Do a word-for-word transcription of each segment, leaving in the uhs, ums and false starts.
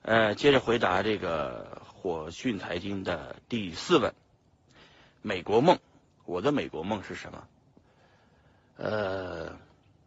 呃，接着回答这个火讯财经的第四问：美国梦，我的美国梦是什么？呃，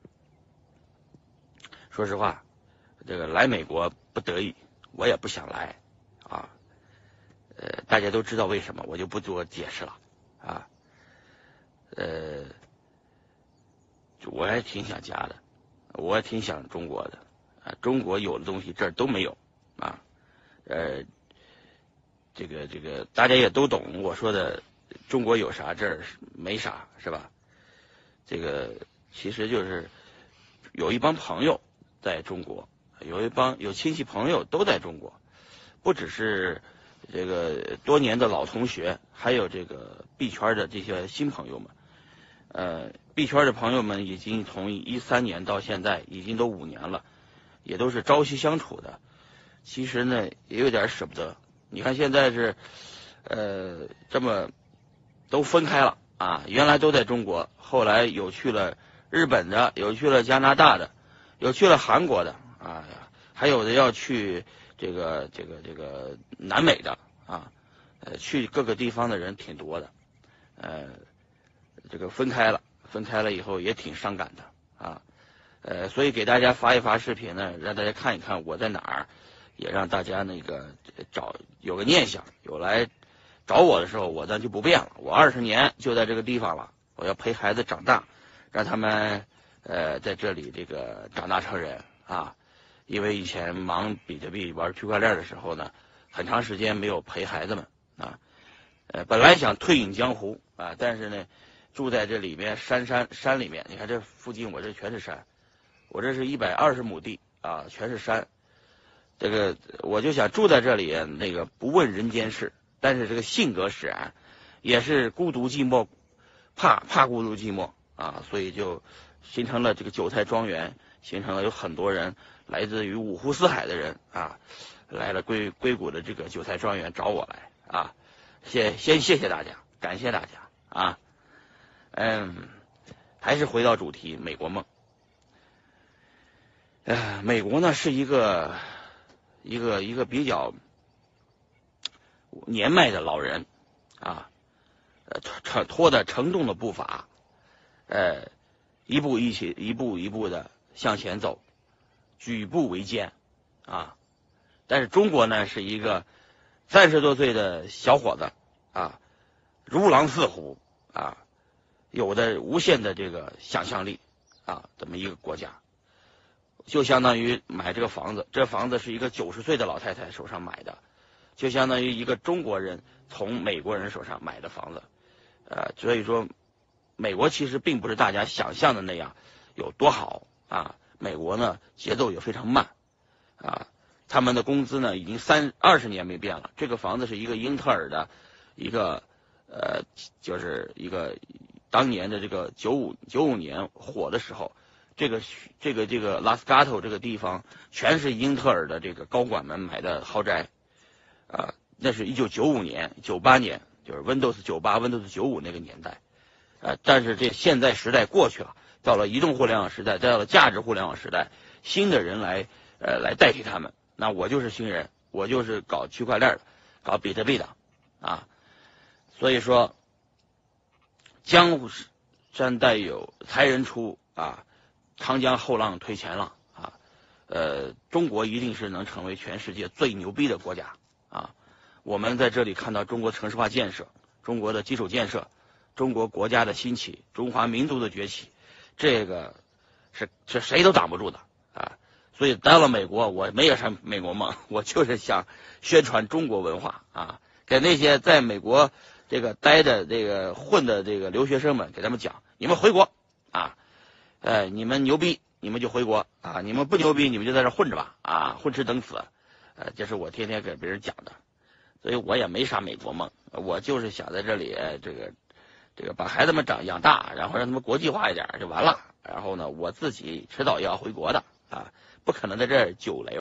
说实话，这个来美国不得已，我也不想来啊。呃，大家都知道为什么，我就不多解释了啊。呃，我还挺想家的，我也挺想中国的啊。中国有的东西这儿都没有啊。呃，这个这个大家也都懂我说的，中国有啥这儿没啥，是吧？这个其实就是有一帮朋友在中国，有一帮有亲戚朋友都在中国，不只是这个多年的老同学，还有这个币圈的这些新朋友们。呃，币圈的朋友们已经从一三年到现在已经都五年了，也都是朝夕相处的。其实呢，也有点舍不得。你看现在是呃这么都分开了啊，原来都在中国，后来有去了日本的，有去了加拿大的，有去了韩国的啊，还有的要去这个这个这个南美的啊，呃，去各个地方的人挺多的，呃。这个分开了，分开了以后也挺伤感的啊，呃，所以给大家发一发视频呢，让大家看一看我在哪儿，也让大家那个找有个念想，有来找我的时候，我呢就不变了，我二十年就在这个地方了，我要陪孩子长大，让他们呃在这里这个长大成人啊，因为以前忙比特币玩区块链的时候呢，很长时间没有陪孩子们啊，呃，本来想退隐江湖啊，但是呢。住在这里面山山山里面，你看这附近我这全是山，我这是一百二十亩地啊，全是山。这个我就想住在这里，那个不问人间事，但是这个性格使然，也是孤独寂寞，怕怕孤独寂寞啊，所以就形成了这个韭菜庄园，形成了有很多人来自于五湖四海的人啊，来了硅硅谷的这个韭菜庄园找我来啊，先先谢谢大家，感谢大家啊。嗯，还是回到主题，美国梦。呃，美国呢是一个一个一个比较年迈的老人啊，呃，拖拖的沉重的步伐，呃，一步一起一步一步的向前走，举步维艰啊。但是中国呢是一个三十多岁的小伙子啊，如狼似虎啊。有的无限的这个想象力啊，这么一个国家，就相当于买这个房子，这房子是一个九十岁的老太太手上买的，就相当于一个中国人从美国人手上买的房子，呃，所以说，美国其实并不是大家想象的那样有多好啊，美国呢节奏也非常慢啊，他们的工资呢已经三二十年没变了，这个房子是一个英特尔的一个呃，就是一个。当年的这个九五九五年火的时候，这个这个这个拉斯加托这个地方全是英特尔的这个高管们买的豪宅，啊，那是一九九五年、九八年，就是 Windows 九八、Windows 九五那个年代，啊，但是这现在时代过去了，到了移动互联网时代，再到了价值互联网时代，新的人来呃来代替他们，那我就是新人，我就是搞区块链的，搞比特币的，啊，所以说。江山代有才人出啊，长江后浪推前浪啊，呃，中国一定是能成为全世界最牛逼的国家啊！我们在这里看到中国城市化建设、中国的基础建设、中国国家的兴起、中华民族的崛起，这个是是谁都挡不住的啊！所以到了美国，我没有啥美国梦，我就是想宣传中国文化啊，给那些在美国。这个待的这个混的这个留学生们，给他们讲，你们回国啊，呃，你们牛逼，你们就回国啊，你们不牛逼，你们就在这混着吧啊，混吃等死，呃，这是我天天给别人讲的，所以我也没啥美国梦，我就是想在这里这个这个把孩子们长养大，然后让他们国际化一点就完了，然后呢，我自己迟早也要回国的啊，不可能在这儿久留。